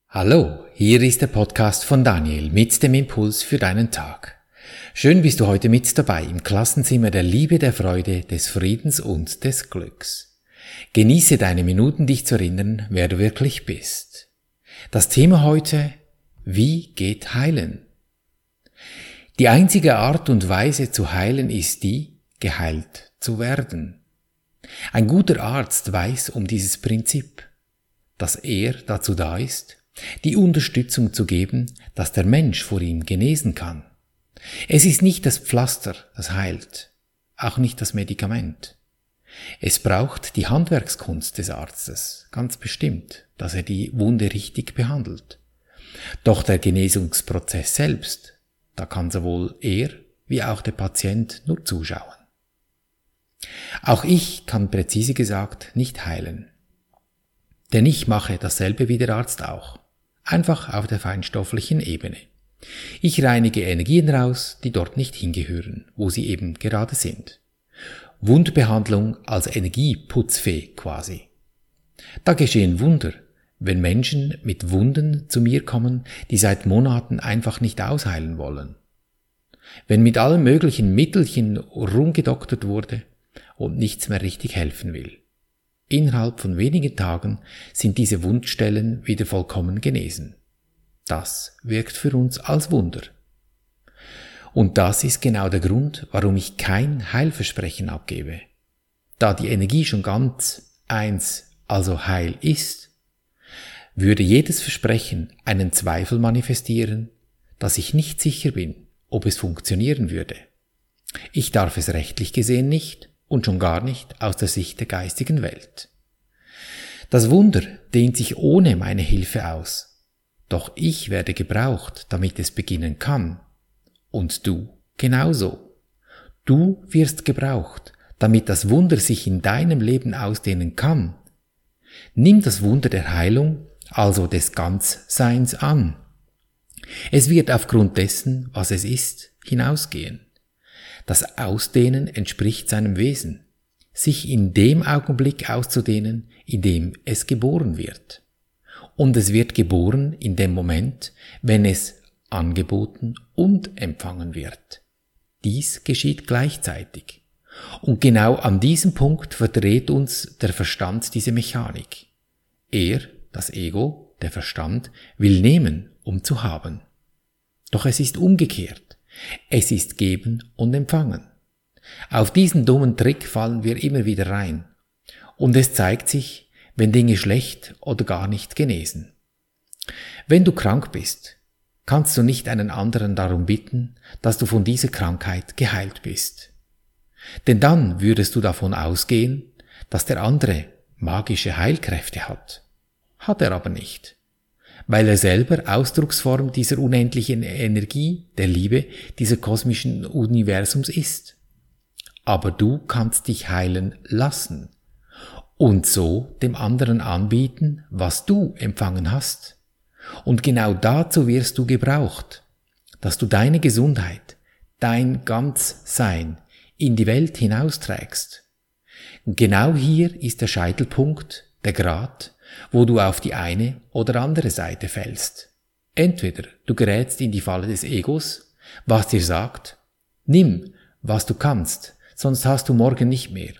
Hallo, hier ist der Podcast von Daniel mit dem Impuls für deinen Tag. Schön bist du heute mit dabei im Klassenzimmer der Liebe, der Freude, des Friedens und des Glücks. Genieße deine Minuten, dich zu erinnern, wer du wirklich bist. Das Thema heute: Wie geht Heilen? Die einzige Art und Weise zu heilen ist die, geheilt zu werden. Ein guter Arzt weiß um dieses Prinzip, dass er dazu da ist, die Unterstützung zu geben, dass der Mensch vor ihm genesen kann. Es ist nicht das Pflaster, das heilt, auch nicht das Medikament. Es braucht die Handwerkskunst des Arztes, ganz bestimmt, dass er die Wunde richtig behandelt. Doch der Genesungsprozess selbst, da kann sowohl er wie auch der Patient nur zuschauen. Auch ich kann präzise gesagt nicht heilen. Denn ich mache dasselbe wie der Arzt auch. Einfach auf der feinstofflichen Ebene. Ich reinige Energien raus, die dort nicht hingehören, wo sie eben gerade sind. Wundbehandlung als Energieputzfee quasi. Da geschehen Wunder, wenn Menschen mit Wunden zu mir kommen, die seit Monaten einfach nicht ausheilen wollen. Wenn mit allen möglichen Mittelchen rumgedoktert wurde und nichts mehr richtig helfen will. Innerhalb von wenigen Tagen sind diese Wundstellen wieder vollkommen genesen. Das wirkt für uns als Wunder. Und das ist genau der Grund, warum ich kein Heilversprechen abgebe. Da die Energie schon ganz also heil ist, würde jedes Versprechen einen Zweifel manifestieren, dass ich nicht sicher bin, ob es funktionieren würde. Ich darf es rechtlich gesehen nicht und schon gar nicht aus der Sicht der geistigen Welt. Das Wunder dehnt sich ohne meine Hilfe aus, doch ich werde gebraucht, damit es beginnen kann. Und du genauso. Du wirst gebraucht, damit das Wunder sich in deinem Leben ausdehnen kann. Nimm das Wunder der Heilung, also des Ganzseins, an. Es wird aufgrund dessen, was es ist, hinausgehen. Das Ausdehnen entspricht seinem Wesen, sich in dem Augenblick auszudehnen, in dem es geboren wird. Und es wird geboren in dem Moment, wenn es angeboten und empfangen wird. Dies geschieht gleichzeitig. Und genau an diesem Punkt verdreht uns der Verstand diese Mechanik. Er, das Ego, der Verstand, will nehmen, um zu haben. Doch es ist umgekehrt. Es ist geben und empfangen. Auf diesen dummen Trick fallen wir immer wieder rein. Und es zeigt sich, wenn Dinge schlecht oder gar nicht genesen. Wenn du krank bist, kannst du nicht einen anderen darum bitten, dass du von dieser Krankheit geheilt bist. Denn dann würdest du davon ausgehen, dass der andere magische Heilkräfte hat. Hat er aber nicht. Weil er selber Ausdrucksform dieser unendlichen Energie, der Liebe, dieser kosmischen Universums ist. Aber du kannst dich heilen lassen und so dem anderen anbieten, was du empfangen hast. Und genau dazu wirst du gebraucht, dass du deine Gesundheit, dein Ganzsein in die Welt hinausträgst. Und genau hier ist der Scheitelpunkt, der Grat, wo du auf die eine oder andere Seite fällst. Entweder du gerätst in die Falle des Egos, was dir sagt, nimm, was du kannst, sonst hast du morgen nicht mehr.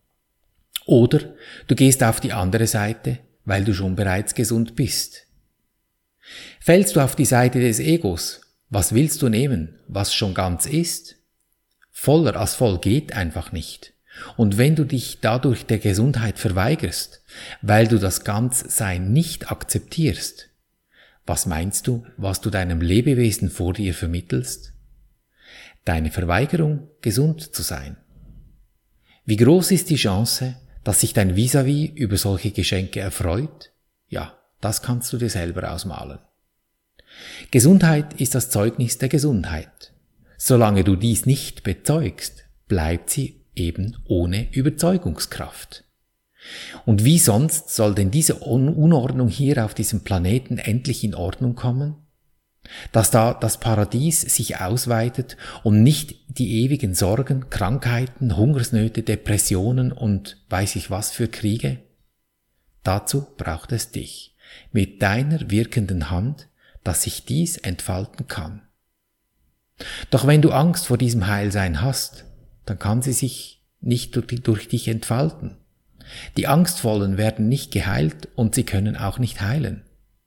Oder du gehst auf die andere Seite, weil du schon bereits gesund bist. Fällst du auf die Seite des Egos, was willst du nehmen, was schon ganz ist? Voller als voll geht einfach nicht. Und wenn du dich dadurch der Gesundheit verweigerst, weil du das Ganzsein nicht akzeptierst, was meinst du, was du deinem Lebewesen vor dir vermittelst? Deine Verweigerung, gesund zu sein. Wie groß ist die Chance, dass sich dein Vis-à-vis über solche Geschenke erfreut? Ja, das kannst du dir selber ausmalen. Gesundheit ist das Zeugnis der Gesundheit. Solange du dies nicht bezeugst, bleibt sie eben ohne Überzeugungskraft. Und wie sonst soll denn diese Unordnung hier auf diesem Planeten endlich in Ordnung kommen? Dass da das Paradies sich ausweitet und nicht die ewigen Sorgen, Krankheiten, Hungersnöte, Depressionen und weiß ich was für Kriege? Dazu braucht es dich, mit deiner wirkenden Hand, dass sich dies entfalten kann. Doch wenn du Angst vor diesem Heilsein hast, dann kann sie sich nicht durch dich entfalten. Die Angstvollen werden nicht geheilt und sie können auch nicht heilen.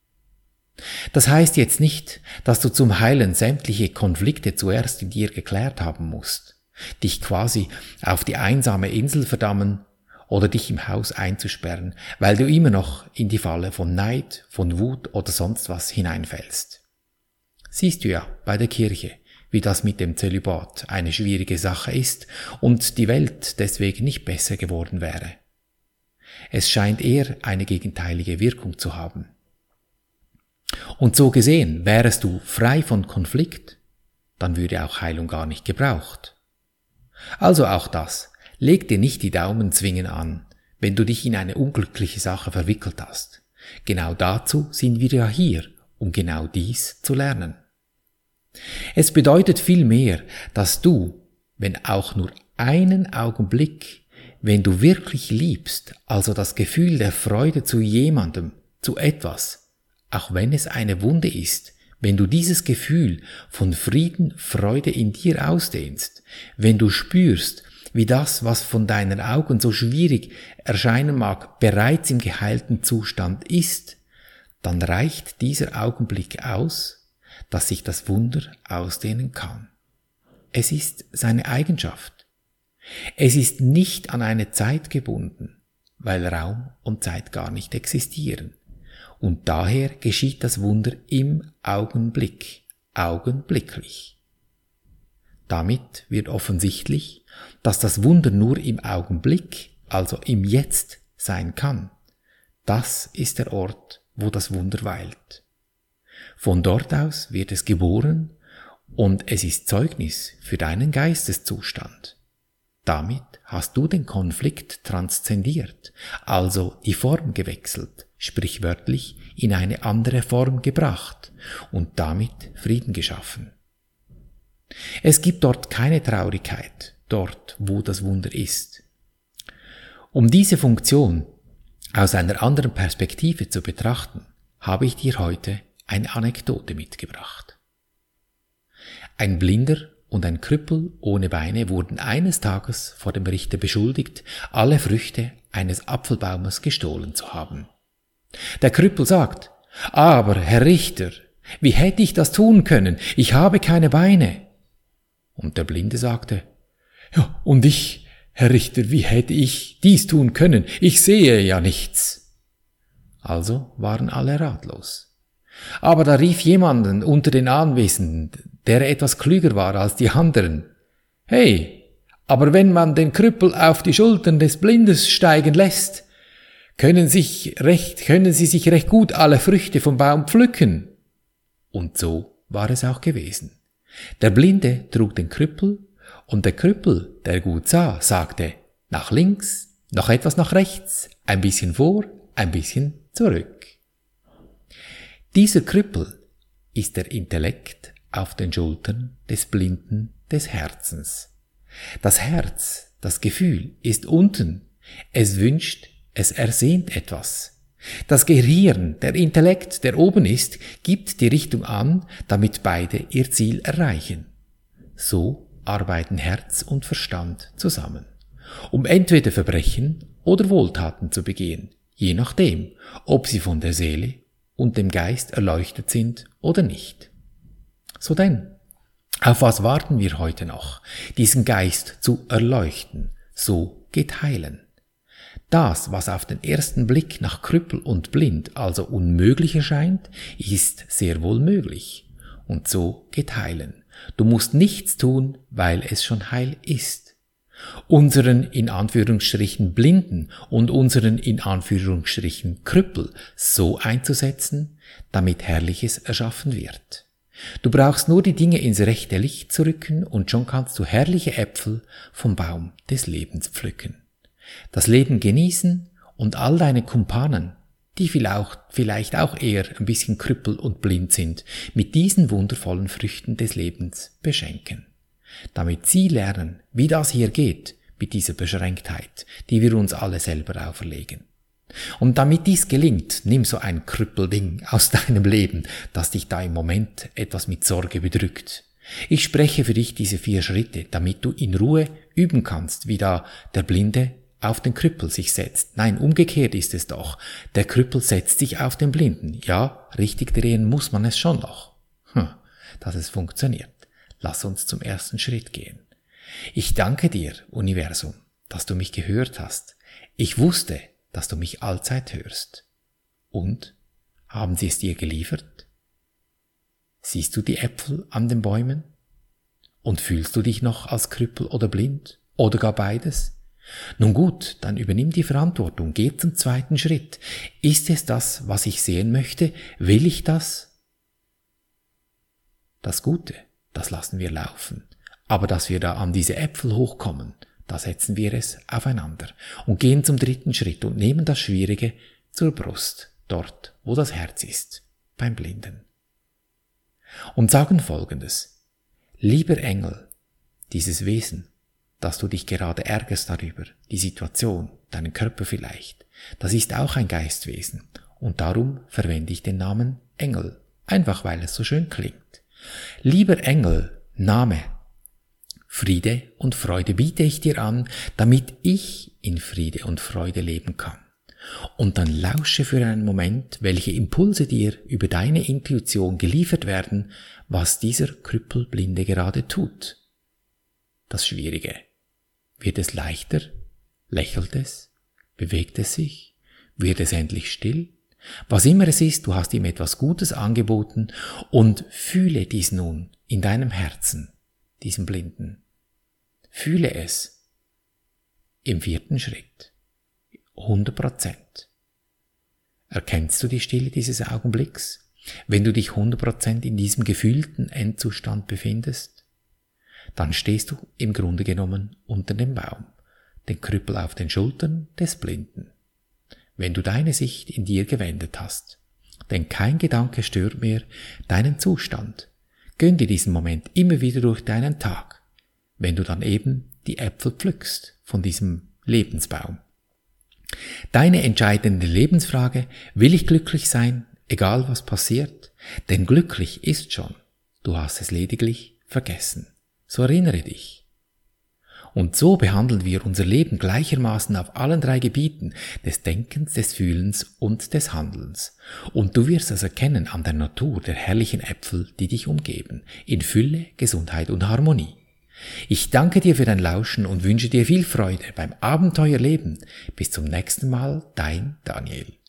Das heißt jetzt nicht, dass du zum Heilen sämtliche Konflikte zuerst in dir geklärt haben musst, dich quasi auf die einsame Insel verdammen oder dich im Haus einzusperren, weil du immer noch in die Falle von Neid, von Wut oder sonst was hineinfällst. Siehst du ja bei der Kirche, wie das mit dem Zölibat eine schwierige Sache ist und die Welt deswegen nicht besser geworden wäre. Es scheint eher eine gegenteilige Wirkung zu haben. Und so gesehen, wärest du frei von Konflikt, dann würde auch Heilung gar nicht gebraucht. Also auch das, leg dir nicht die Daumenzwingen an, wenn du dich in eine unglückliche Sache verwickelt hast. Genau dazu sind wir ja hier, um genau dies zu lernen. Es bedeutet vielmehr, dass du, wenn auch nur einen Augenblick, wenn du wirklich liebst, also das Gefühl der Freude zu jemandem, zu etwas, auch wenn es eine Wunde ist, wenn du dieses Gefühl von Frieden, Freude in dir ausdehnst, wenn du spürst, wie das, was von deinen Augen so schwierig erscheinen mag, bereits im geheilten Zustand ist, dann reicht dieser Augenblick aus, dass sich das Wunder ausdehnen kann. Es ist seine Eigenschaft. Es ist nicht an eine Zeit gebunden, weil Raum und Zeit gar nicht existieren. Und daher geschieht das Wunder im Augenblick, augenblicklich. Damit wird offensichtlich, dass das Wunder nur im Augenblick, also im Jetzt, sein kann. Das ist der Ort, wo das Wunder weilt. Von dort aus wird es geboren und es ist Zeugnis für deinen Geisteszustand. Damit hast du den Konflikt transzendiert, also die Form gewechselt, sprichwörtlich in eine andere Form gebracht und damit Frieden geschaffen. Es gibt dort keine Traurigkeit, dort wo das Wunder ist. Um diese Funktion aus einer anderen Perspektive zu betrachten, habe ich dir heute eine Anekdote mitgebracht. Ein Blinder und ein Krüppel ohne Beine wurden eines Tages vor dem Richter beschuldigt, alle Früchte eines Apfelbaumes gestohlen zu haben. Der Krüppel sagt: Aber, Herr Richter, wie hätte ich das tun können? Ich habe keine Beine. Und der Blinde sagte: Ja, und ich, Herr Richter, wie hätte ich dies tun können? Ich sehe ja nichts. Also waren alle ratlos. Aber da rief jemanden unter den Anwesenden, der etwas klüger war als die anderen: Hey, aber wenn man den Krüppel auf die Schultern des Blindes steigen lässt, können sie sich recht gut alle Früchte vom Baum pflücken. Und so war es auch gewesen. Der Blinde trug den Krüppel und der Krüppel, der gut sah, sagte: Nach links, noch etwas nach rechts, ein bisschen vor, ein bisschen zurück. Dieser Krüppel ist der Intellekt auf den Schultern des Blinden des Herzens. Das Herz, das Gefühl, ist unten. Es wünscht, es ersehnt etwas. Das Gehirn, der Intellekt, der oben ist, gibt die Richtung an, damit beide ihr Ziel erreichen. So arbeiten Herz und Verstand zusammen, um entweder Verbrechen oder Wohltaten zu begehen, je nachdem, ob sie von der Seele und dem Geist erleuchtet sind oder nicht. So denn, auf was warten wir heute noch, diesen Geist zu erleuchten? So geht Heilen. Das, was auf den ersten Blick nach Krüppel und Blind also unmöglich erscheint, ist sehr wohl möglich. Und so geht Heilen. Du musst nichts tun, weil es schon heil ist. Unseren in Anführungsstrichen Blinden und unseren in Anführungsstrichen Krüppel so einzusetzen, damit Herrliches erschaffen wird. Du brauchst nur die Dinge ins rechte Licht zu rücken und schon kannst du herrliche Äpfel vom Baum des Lebens pflücken. Das Leben genießen und all deine Kumpanen, die vielleicht auch eher ein bisschen krüppel und blind sind, mit diesen wundervollen Früchten des Lebens beschenken. Damit sie lernen, wie das hier geht, mit dieser Beschränktheit, die wir uns alle selber auferlegen. Und damit dies gelingt, nimm so ein Krüppelding aus deinem Leben, das dich da im Moment etwas mit Sorge bedrückt. Ich spreche für dich diese 4 Schritte, damit du in Ruhe üben kannst, wie da der Blinde auf den Krüppel sich setzt. Nein, umgekehrt ist es doch. Der Krüppel setzt sich auf den Blinden. Ja, richtig drehen muss man es schon noch. Dass es funktioniert. Lass uns zum ersten Schritt gehen. Ich danke dir, Universum, dass du mich gehört hast. Ich wusste, dass du mich allzeit hörst. Und? Haben sie es dir geliefert? Siehst du die Äpfel an den Bäumen? Und fühlst du dich noch als Krüppel oder blind? Oder gar beides? Nun gut, dann übernimm die Verantwortung, geh zum zweiten Schritt. Ist es das, was ich sehen möchte? Will ich das? Das Gute, das lassen wir laufen. Aber dass wir da an diese Äpfel hochkommen, da setzen wir es aufeinander und gehen zum dritten Schritt und nehmen das Schwierige zur Brust, dort, wo das Herz ist, beim Blinden. Und sagen Folgendes: Lieber Engel, dieses Wesen, dass du dich gerade ärgerst darüber, die Situation, deinen Körper vielleicht, das ist auch ein Geistwesen und darum verwende ich den Namen Engel, einfach weil es so schön klingt. Lieber Engel, Name, Friede und Freude biete ich dir an, damit ich in Friede und Freude leben kann. Und dann lausche für einen Moment, welche Impulse dir über deine Intuition geliefert werden, was dieser Krüppelblinde gerade tut. Das Schwierige. Wird es leichter? Lächelt es? Bewegt es sich? Wird es endlich still? Was immer es ist, du hast ihm etwas Gutes angeboten und fühle dies nun in deinem Herzen, diesen Blinden. Fühle es im 4. Schritt. 100%. Erkennst du die Stille dieses Augenblicks, wenn du dich 100% in diesem gefühlten Endzustand befindest? Dann stehst du im Grunde genommen unter dem Baum, den Krüppel auf den Schultern des Blinden. Wenn du deine Sicht in dir gewendet hast, denn kein Gedanke stört mehr deinen Zustand, gönn dir diesen Moment immer wieder durch deinen Tag, wenn du dann eben die Äpfel pflückst von diesem Lebensbaum. Deine entscheidende Lebensfrage: Will ich glücklich sein, egal was passiert? Denn glücklich ist schon, du hast es lediglich vergessen. So erinnere dich. Und so behandeln wir unser Leben gleichermaßen auf allen 3 Gebieten des Denkens, des Fühlens und des Handelns. Und du wirst es erkennen an der Natur der herrlichen Äpfel, die dich umgeben, in Fülle, Gesundheit und Harmonie. Ich danke dir für dein Lauschen und wünsche dir viel Freude beim Abenteuerleben. Bis zum nächsten Mal, dein Daniel.